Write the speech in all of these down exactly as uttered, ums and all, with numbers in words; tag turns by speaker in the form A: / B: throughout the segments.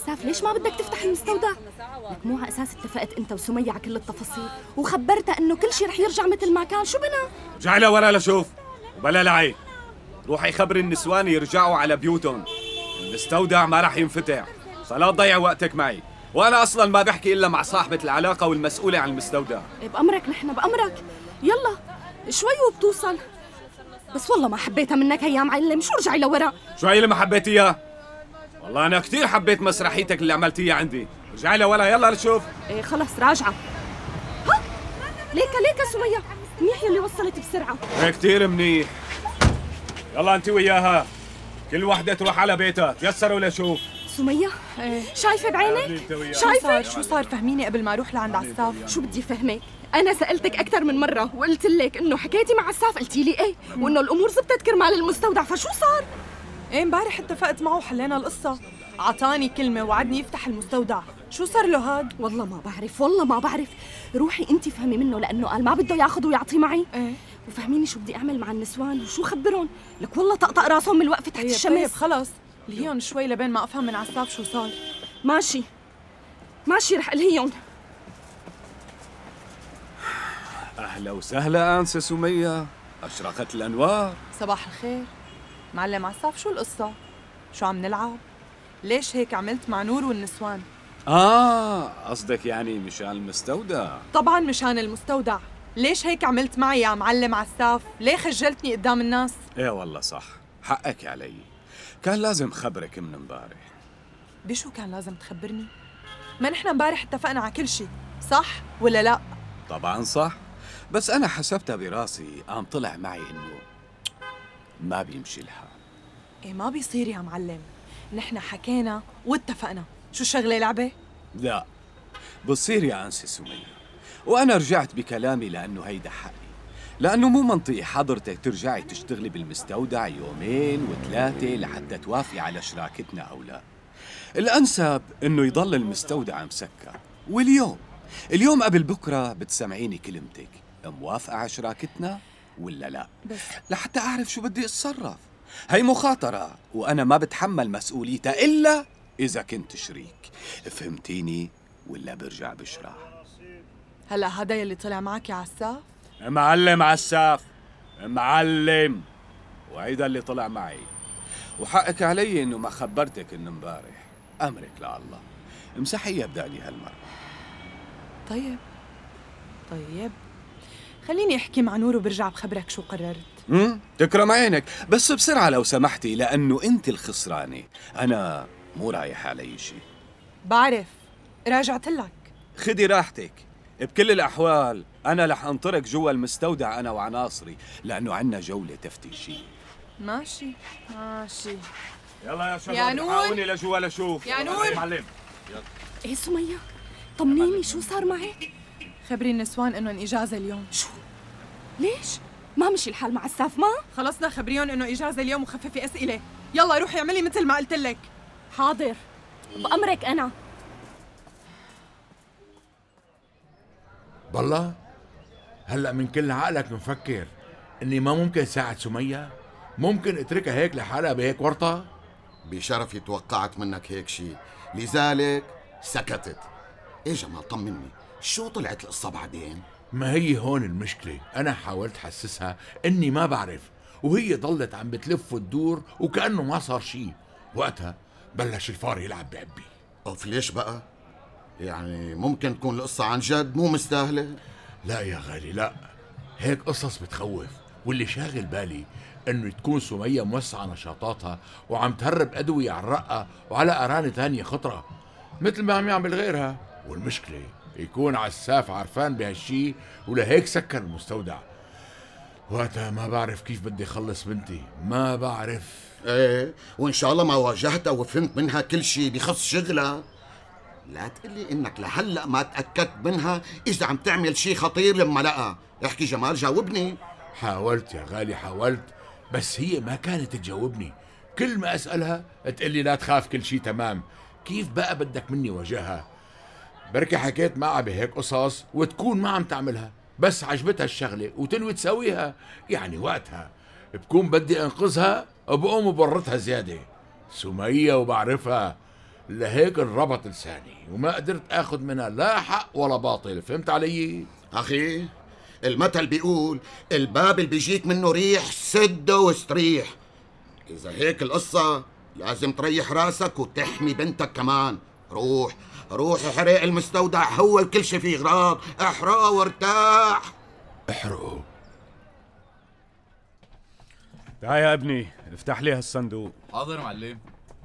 A: عساف ليش ما بدك تفتح المستودع؟ لك مو على أساس اتفقت أنت وسمية على كل التفاصيل وخبرتها إنه كل شيء رح يرجع مثل ما كان، شو بنا؟
B: رجع لها ولا لشوف وبلا لعي. روحي خبري النسوان يرجعوا على بيوتهم، المستودع ما رح ينفتح، فلا تضيع وقتك معي، وأنا أصلاً ما بحكي إلا مع صاحبة العلاقة والمسؤولة عن المستودع.
A: بأمرك نحن بأمرك، يلا شوي وبتوصل. بس والله ما حبيتها منك هي يا معلم، شو رجعي لورا؟
B: شو هي اللي ما حبيتيها؟ والله أنا كتير حبيت مسرحيتك اللي عملتيها عندي، رجعي لورا يلا لشوف.
A: إيه خلص راجعة. ها ليكا ليكا سمية، منيح يلي وصلت بسرعة.
B: ايه كتير منيح. يلا انت وياها كل وحدة تروح على بيتها، تيسروا لشوف.
A: سمية إيه. شايفة بعينك؟
C: شايفة شو صار؟ فهميني قبل ما اروح لعند عساف.
A: شو بدي فهمك؟ أنا سألتك أكثر من مرة وقلت لك إنه حكيتي مع عساف، قلتي لي إيه وإنه الأمور زبطت كرمال المستودع، فشو صار؟
C: إيه امبارح اتفقت معه وحلينا القصة، عطاني كلمة وعدني يفتح المستودع، شو صار له هاد؟
A: والله ما بعرف والله ما بعرف، روحي أنت فهمي منه لأنه قال ما بده ياخذ ويعطي معي.
C: إيه
A: وفهميني شو بدي أعمل مع النسوان وشو خبرهم، لك والله طقطق راسهم من الوقفة تحت
C: طيب
A: الشمس.
C: طيب خلص لهيون شوي لبين ما أفهم من عساف شو صار.
A: ماشي ماشي رح ألهيون.
B: أهلا وسهلا أنسة سمية، أشرقت الأنوار.
C: صباح الخير معلم عساف، شو القصة؟ شو عم نلعب؟ ليش هيك عملت مع نور والنسوان؟
B: آه قصدك يعني مشان المستودع؟
C: طبعاً مشان المستودع. ليش هيك عملت معي يا معلم عساف؟ ليه خجلتني قدام الناس؟
B: إيه والله صح، حقك علي، كان لازم خبرك من امبارح.
C: بشو كان لازم تخبرني؟ ما نحن امبارح اتفقنا على كل شيء، صح ولا لا؟
B: طبعاً صح، بس أنا حسبتها براسي قام طلع معي إنه ما بيمشي الحال.
C: إيه ما بيصير يا معلم، نحن حكينا واتفقنا، شو الشغلة لعبة؟
B: لا بتصير يا أنسة سمية، وأنا رجعت بكلامي لأنه هيدا حقي، لأنه مو منطقي حضرتك ترجعي تشتغلي بالمستودع يومين وثلاثة لحتى توافقي على شراكتنا أو لا. الأنسب إنه يضل المستودع مسكر، واليوم اليوم قبل بكرة بتسمعيني كلمتك، موافقة على شراكتنا ولا لا؟
C: بس
B: لحتى أعرف شو بدي أتصرف. هي مخاطرة وأنا ما بتحمل مسؤوليتها إلا إذا كنت شريك، فهمتيني ولا برجع بشرح؟
C: هلا هذا يلي طلع معك يا عساف؟
B: معلم عساف، معلم، وهيدا اللي طلع معي، وحقك علي إنه ما خبرتك إنه امبارح. أمرك لله، امسحيها بدالي هالمرة.
C: طيب طيب خليني احكي مع نور وبرجع بخبرك شو قررت.
B: امم تكرم عينك، بس بسرعة لو سمحتي لأنه أنت الخسرانة، أنا مو رايح علي شيء.
C: بعرف، راجعت لك.
B: خدي راحتك، بكل الأحوال أنا رح أنطرك جوا المستودع أنا وعناصري، لأنه عنا جولة تفتيشية.
C: ماشي ماشي.
B: يلا يا شباب
C: يا نور،
B: حقوني لجوا لشوف.
C: يا نور.
B: معلم.
A: إيه سمية طمنيني شو صار معك؟
C: خبري النسوان إنه إجازة اليوم.
A: شو؟ ليش؟ ما مشي الحال مع عساف ما؟
C: خلصنا خبريهم إنه إجازة اليوم وخففي أسئلة. يلا روحي اعملي مثل ما قلت لك.
A: حاضر بأمرك أنا.
D: بالله هلأ من كل عقلك مفكر إني ما ممكن ساعد سمية؟ ممكن اتركها هيك لحالها بهيك ورطة؟
E: بشرفي توقعت منك هيك شيء، لذلك سكتت. ايه جمال طمني، شو طلعت القصة بعدين؟
D: ما هي هون المشكلة، أنا حاولت حسسها إني ما بعرف، وهي ضلت عم بتلف وتدور وكأنه ما صار شيء. وقتها بلش الفار يلعب بعبي.
E: اوف ليش بقى؟ يعني ممكن تكون القصة عن جد مو مستاهلة؟
D: لا يا غالي لا، هيك قصص بتخوف، واللي شاغل بالي انه تكون سمية موسعة نشاطاتها وعم تهرب أدوية على الرقة وعلى أراني تانية خطرة مثل ما عم يعمل غيرها، والمشكلة يكون عساف عرفان بهالشي ولهيك سكر المستودع. وقتها ما بعرف كيف بدي خلص بنتي، ما بعرف.
E: ايه وان شاء الله ما واجهتها وفهمت منها كل شيء بخص شغلها. لا تقلي انك لهلا ما تأكدت منها اذا عم تعمل شيء خطير لما لقى. احكي جمال جاوبني.
D: حاولت يا غالي حاولت، بس هي ما كانت تجاوبني، كل ما أسألها تقلي لا تخاف كل شيء تمام. كيف بقى بدك مني وجهها؟ بركي حكيت معها بهيك قصص وتكون ما عم تعملها، بس عجبتها الشغلة وتنوي تساويها، يعني وقتها بكون بدي انقذها وبقوم بورطها زيادة. سمية وبعرفها لهيك انربط لساني وما قدرت اخذ منها لا حق ولا باطل. فهمت علي؟
E: أخي المثل بيقول الباب اللي بيجيك منه ريح سده واستريح. إذا هيك القصة لازم تريح راسك وتحمي بنتك كمان. روح روح احرق المستودع، هو الكل شي فيه غراض، احرقه وارتاح.
D: احرقه.
B: تعال يا ابني افتح لي هالصندوق.
F: حاضر معلم.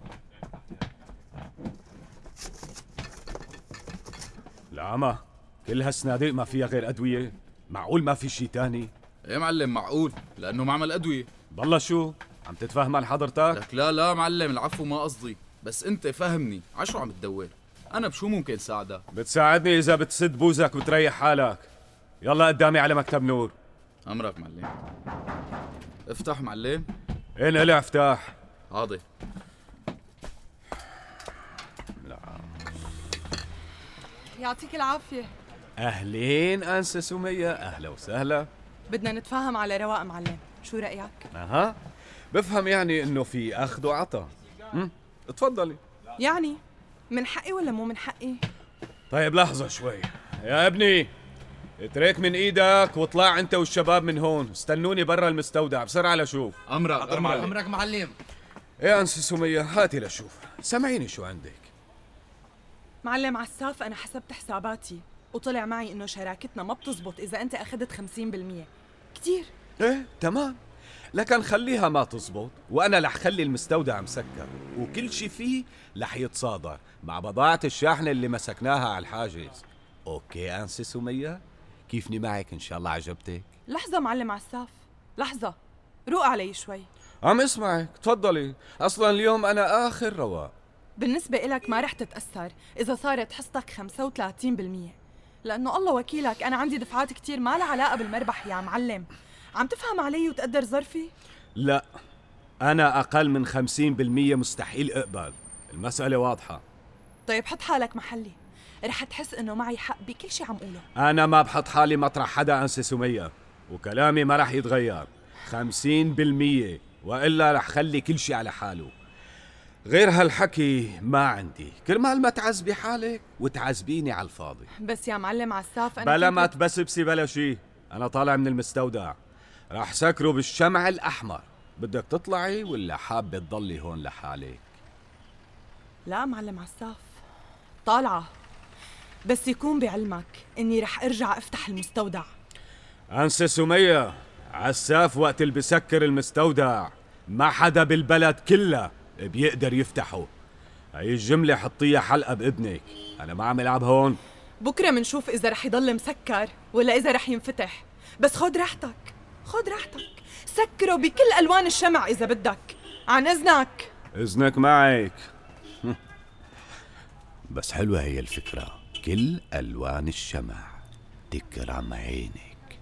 B: العمى كل هالصناديق ما فيها غير أدوية؟ معقول ما في شي تاني؟
F: ايه معلم معقول، لأنه معمل أدوية.
B: بالله شو؟ عم تتفهم عن حضرتك؟
F: لك لا لا معلم، العفو ما قصدي، بس انت فهمني، عشو عم تدور؟ أنا بشو ممكن ساعدك؟
B: بتساعدني إذا بتسد بوزك وتريح حالك. يلا قدامي على مكتب نور.
F: أمرك معلم. افتح معلم.
B: إن إلي افتح.
F: حاضر.
C: يعطيك العافية.
B: أهلين أنسة سمية، أهلا وسهلا.
C: بدنا نتفاهم على رواق معلم، شو رأيك؟
B: أها بفهم يعني إنه في أخذ وعطا. أمم اتفضلي.
C: يعني من حقي ولا مو من حقي؟
B: طيب لحظة شوي يا ابني، اترك من ايدك واطلع انت والشباب من هون، استنوني برا المستودع بسرعة لشوف.
F: أمرك أمرك
G: أمرك معلم.
B: يا أنسة سمية هاتي لشوف، سمعيني شو عندك.
C: معلم عساف، أنا حسبت حساباتي وطلع معي إنه شراكتنا ما بتزبط إذا أنت أخذت خمسين بالمية. كتير.
B: ايه تمام، لكن خليها ما تزبط وانا رح خلي المستودع مسكر وكل شي فيه رح يتصادر مع بضاعة الشاحنة اللي مسكناها على الحاجز. اوكي أنسة سمية؟ كيفني معك؟ ان شاء الله عجبتك؟
C: لحظة معلم عساف، لحظة، روق علي شوي.
B: عم اسمعك، تفضلي. اصلا اليوم انا اخر رواق.
C: بالنسبة إلك ما رح تتأثر إذا صارت حصتك خمسة وثلاثين بالمية، لأنه الله وكيلك أنا عندي دفعات كتير ما لها علاقة بالمربح يا معلم. عم تفهم علي وتقدر ظرفي؟
B: لا، أنا أقل من خمسين بالمية مستحيل أقبل، المسألة واضحة.
C: طيب حط حالك محلي، رح تحس إنه معي حق بكل شي عم قوله.
B: أنا ما بحط حالي مطرح حدا أنسة سمية، وكلامي ما رح يتغير. خمسين بالمية وإلا رح خلي كل شي على حاله. غير هالحكي ما عندي، كرمال ما تعذبي حالك وتعذبيني على الفاضي.
C: بس يا معلم عساف أنا
B: بلا
C: كنت...
B: ما تبسبسي بلا شي، أنا طالع من المستودع رح سكره بالشمع الأحمر. بدك تطلعي ولا حابة تضلي هون لحالك؟
C: لا معلم عساف، طالعة، بس يكون بعلمك إني رح أرجع أفتح المستودع.
B: أنسة سمية، عساف وقت اللي بسكر المستودع ما حدا بالبلد كله بيقدر يفتحه. هاي الجملة حطيها حلقة بابنك، أنا ما عم ألعب هون.
C: بكرة منشوف إذا رح يضل مسكر ولا إذا رح ينفتح، بس خد راحتك، خد راحتك، سكره بكل ألوان الشمع إذا بدك، عن إذنك.
B: إذنك معك. بس حلوة هي الفكرة، كل ألوان الشمع تكرم عينك.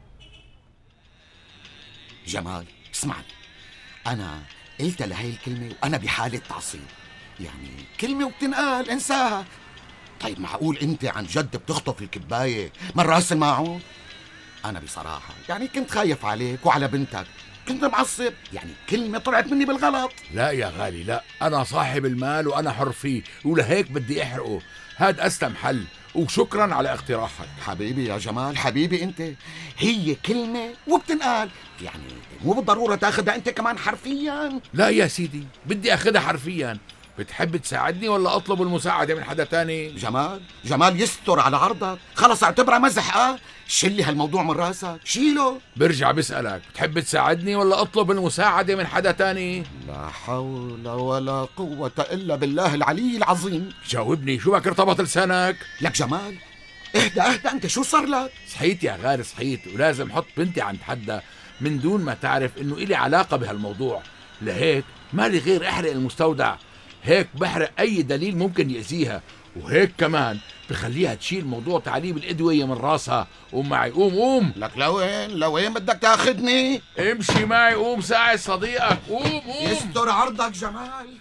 E: جمال اسمعني، أنا قلت لهي الكلمة وأنا بحالة تعصيب، يعني كلمة وبتنقال انساها. طيب معقول أنت عن جد بتخطف الكباية من راس الماعون؟ أنا بصراحة يعني كنت خايف عليك وعلى بنتك، كنت معصب، يعني كلمة طلعت مني بالغلط.
D: لا يا غالي لا، أنا صاحب المال وأنا حر فيه، ولهيك بدي أحرقه. هاد أسلم حل، وشكرا على اقتراحك.
E: حبيبي يا جمال، حبيبي أنت، هي كلمة وبتنقال، يعني مو بالضرورة تاخدها أنت كمان حرفيا.
D: لا يا سيدي، بدي أخذها حرفيا. بتحب تساعدني ولا أطلب المساعدة من حدا تاني؟
E: جمال جمال يستر على عرضك، خلص اعتبرها مزح. اه شيلي هالموضوع من راسك، شيله.
D: برجع بسألك، بتحب تساعدني ولا أطلب المساعدة من حدا تاني؟
E: لا حول ولا قوة إلا بالله العلي العظيم.
D: جاوبني، شو بك ارتبط لسانك؟
E: لك جمال اهدى اهدى، انت شو صار لك؟
D: صحيت يا غالي صحيت، ولازم حط بنتي عند حدا من دون ما تعرف انه إلي علاقة بهالموضوع. لهيك مالي غير احرق المستودع، هيك بحرق اي دليل ممكن يأذيها، وهيك كمان بخليها تشيل موضوع تعليم الأدوية من راسها. قوم معي، قوم قوم.
E: لك لوين لوين بدك تاخدني؟
D: امشي معي، قوم ساعد صديقك، قوم قوم.
E: يستر عرضك جمال.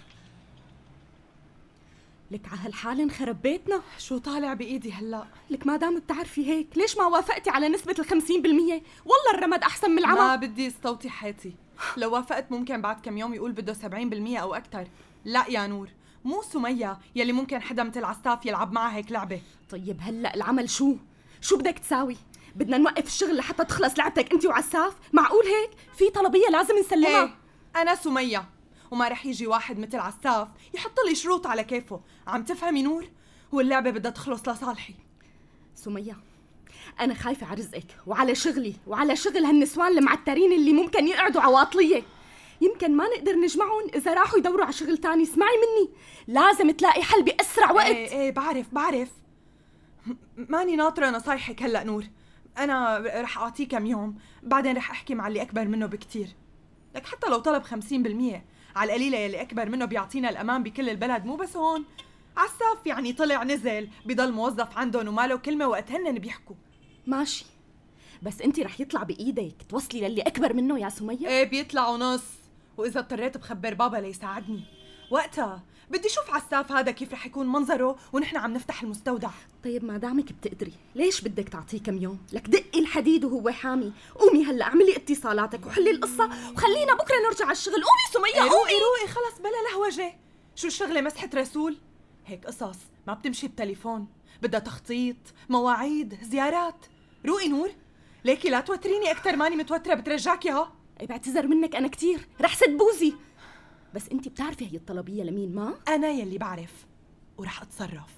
A: لك على هالحال انخرب بيتنا.
C: شو طالع بإيدي هلأ؟
A: لك ما دام بتعرفي هيك ليش ما وافقتي على نسبة الخمسين بالمية؟ والله الرمد أحسن من العمى.
C: ما بدي استوطي حياتي، لو وافقت ممكن بعد كم يوم يقول بده سبعين بالمية أو أكتر. لا يا نور، مو سمية يلي ممكن حدا مثل عساف يلعب معها هيك لعبة.
A: طيب هلأ العمل شو؟ شو بدك تساوي؟ بدنا نوقف الشغل لحتى تخلص لعبتك انت وعساف؟ معقول هيك؟ في طلبية لازم نسلمها.
C: ايه انا سمية، وما رح يجي واحد مثل عساف يحط لي شروط على كيفه. عم تفهمي نور؟ واللعبة بدها تخلص لصالحي.
A: سمية أنا خايفة على رزقك وعلى شغلي وعلى شغل هالنسوان المعترين اللي ممكن يقعدوا عواطلية. يمكن ما نقدر نجمعهم إذا راحوا يدوروا على شغل تاني. اسمعي مني، لازم تلاقي حل بأسرع وقت.
C: ايه ايه بعرف بعرف ماني ناطرة نصايحك هلأ نور. أنا رح أعطيه كم يوم، بعدين رح أحكي مع اللي أكبر منه بكتير. لك حتى لو طلب خمسين بالمية على القليلة يلي أكبر منه بيعطينا الأمان بكل البلد، مو بس هون. عساف يعني طلع نزل بيضل موظف عندهم وماله كلمة وقت هنن بيحكوا.
A: ماشي، بس انت رح يطلع بإيدك توصلي للي أكبر منه يا سمية.
C: ايه بيطلعوا نص، وإذا اضطريت بخبر بابا ليساعدني. وقتها بدي شوف عساف هذا كيف رح يكون منظره ونحن عم نفتح المستودع.
A: طيب ما دامك بتقدري ليش بدك تعطيه كم يوم؟ لك دقي الحديد وهو حامي. قومي هلا اعملي اتصالاتك وحلي القصة وخلينا بكرة نرجع على الشغل. قومي سمية
C: ايه
A: قومي.
C: روقي روقي خلص بلا لهوجة. شو الشغلة مسحة رسول؟ هيك قصص ما بتمشي بتليفون، بدها تخطيط، مواعيد، زيارات. روقي نور، ليكي لا توتريني أكتر ماني متوترة بترجعكي. ها
A: اي بعتذر منك أنا كتير، رح سد بوزي. بس انت بتعرفي هي الطلبية لمين؟ ما
C: أنا يلي بعرف ورح أتصرف.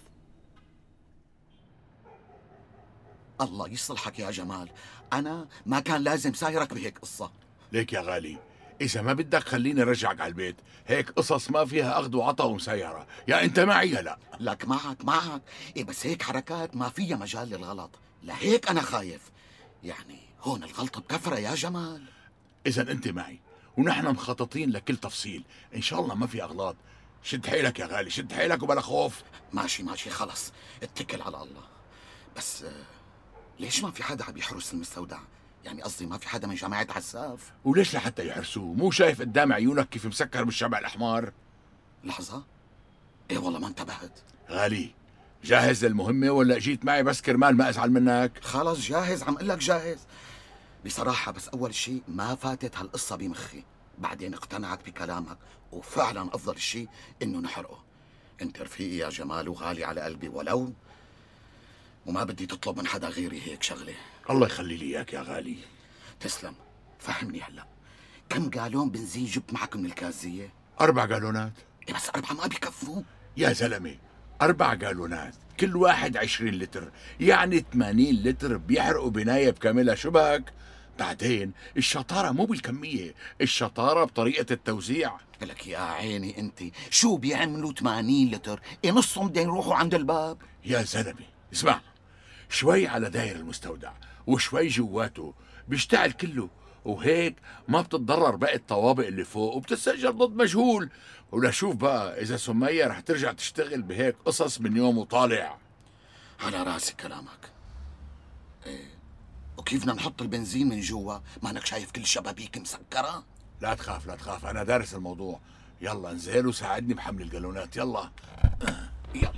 E: الله يصلحك يا جمال، أنا ما كان لازم سايرك بهيك قصة.
D: ليك يا غالي، إذا ما بدك خليني رجعك على البيت. هيك قصص ما فيها أخذ وعطا ومسيرة. يا أنت معي هلا؟
E: لك معك معك إيه، بس هيك حركات ما فيها مجال للغلط. لهيك أنا خايف. يعني هون الغلطة بكفرة يا جمال.
D: إذا أنت معي ونحن مخططين لكل تفصيل، إن شاء الله ما في أغلاط. شد حيلك يا غالي، شد حيلك وبلا خوف.
E: ماشي ماشي خلص، اتكل على الله. بس آه، ليش ما في حدا عم يحرس المستودع؟ يعني قصدي ما في حدا من جماعة عساف؟
D: وليش لحتى يحرسوه؟ مو شايف قدام عيونك كيف مسكر بالشمع الأحمر؟
E: لحظة، ايه والله ما انتبهت.
D: غالي جاهز للمهمة ولا جيت معي بس كرمال ما أزعل منك؟
E: خلص جاهز، عم قلك جاهز بصراحة. بس أول شيء ما فاتت هالقصة بمخي، بعدين اقتنعت بكلامك، وفعلا أفضل شيء إنه نحرقه. أنت رفيقي يا جمال وغالي على قلبي، ولو وما بدي تطلب من حدا غيري هيك شغلة.
D: الله يخلي لي إياك يا غالي.
E: تسلم. فهمني هلا، كم جالون بنزين جبت معك من الكازية؟
D: أربع جالونات.
E: إيه بس أربعة ما بكفوا
D: يا زلمة، أربع جالونات كل واحد عشرين لتر، يعني ثمانين لتر بيحرقوا بناية بكاملها. شبك؟ بعدين الشطارة مو بالكمية، الشطارة بطريقة التوزيع.
E: لك يا عيني أنت، شو بيعملوا ثمانين لتر؟ إيه نصهم بدهم يروحوا عند الباب؟
D: يا زلمة اسمع، شوي على داير المستودع وشوي جواته بيشتعل كله، وهيك ما بتتضرر باقي الطوابق اللي فوق وبتتسجل ضد مجهول. ولا شوف بقى إذا سمية رح ترجع تشتغل بهيك قصص من يوم وطالع.
E: على راسي كلامك. إيه، وكيف بدنا نحط البنزين من جوا؟ ما انك شايف كل الشبابيك مسكرة؟
D: لا تخاف لا تخاف، أنا دارس الموضوع. يلا انزل وساعدني بحمل الجالونات. يلا
E: يلا.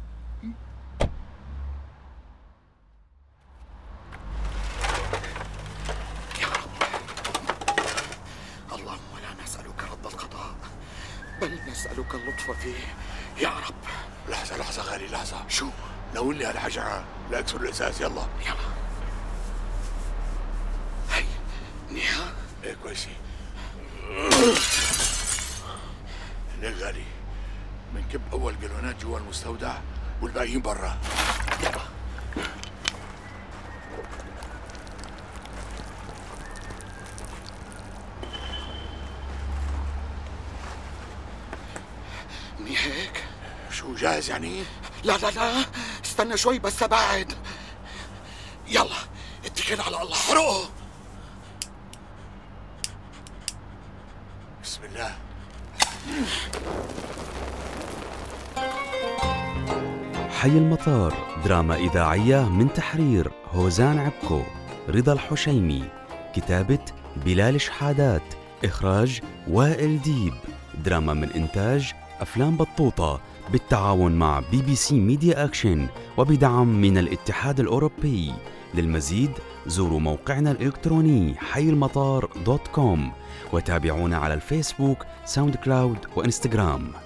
E: يا رب، اللهم لا نسألك رد القضاء بل نسألك اللطف فيه يا رب.
D: لحظة لحظة غالي، لحظة.
E: شو؟
D: ناولني هالحجرة لا أكسر الإزاز. يلا
E: يلا. هي منيحة؟
D: ايه كويسة. ليك غالي، بنكب أول جالونات جوا المستودع والباقيين برا.
E: يلا. منيح هيك؟
D: شو جاهز يعني؟
E: لا لا لا، استنى شوي بس أبعد. يلا اتكل على الله، حرقه.
D: بسم الله.
G: حي المطار، دراما إذاعية من تحرير هوزان عبكو، رضا الحشيمي، كتابة بلال شحادات، إخراج وائل ديب. دراما من إنتاج أفلام بطوطة بالتعاون مع بي بي سي ميديا أكشن وبدعم من الاتحاد الأوروبي. للمزيد زوروا موقعنا الإلكتروني حي المطار دوت كوم، وتابعونا على الفيسبوك، ساوند كلاود وإنستغرام.